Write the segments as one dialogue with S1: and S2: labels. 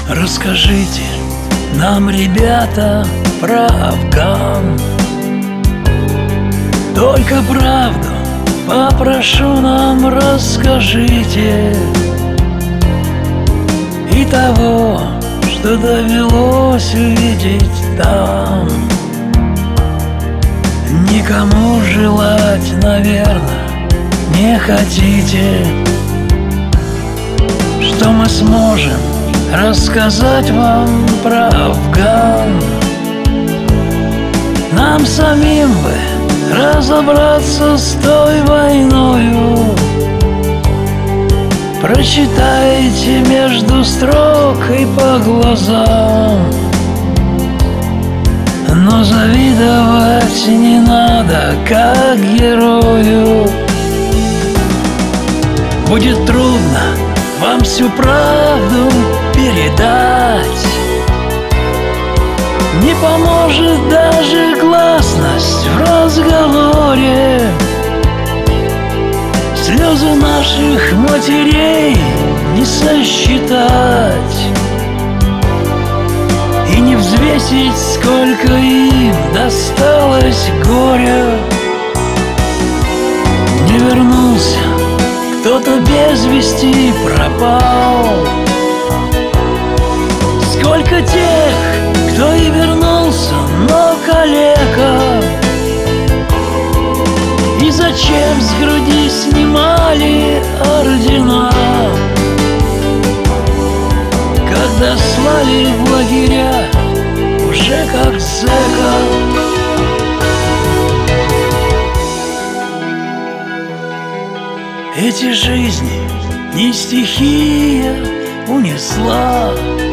S1: Расскажите нам, ребята, про Афган. Только правду попрошу, нам расскажите. И того, что довелось увидеть там. Никому желать, наверное, не хотите. Что мы сможем рассказать вам про Афган? Нам самим бы разобраться с той войною. Прочитайте между строк и по глазам. Но завидовать не надо, как герою. Будет трудно вам всю правду передать. Не поможет даже гласность в разговоре. Слезы наших матерей не сосчитать и не взвесить, сколько им досталось горя. Не вернулся, кто-то без вести пропал. Сколько тех, кто и вернулся, но калека. И зачем с груди снимали ордена, когда слали в лагеря уже как зэка? Эти жизни не стихия унесла.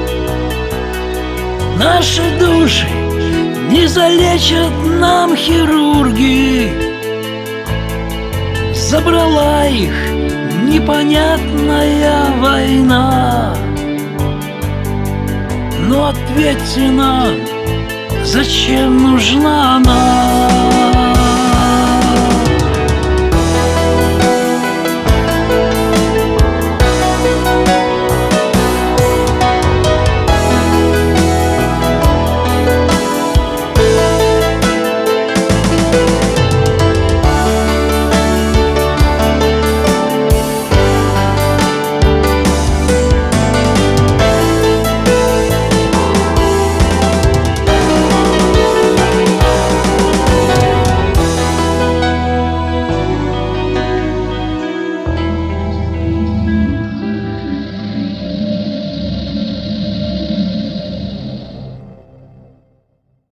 S1: Наши души не залечат нам хирурги. Забрала их непонятная война. Но ответьте нам, зачем нужна она?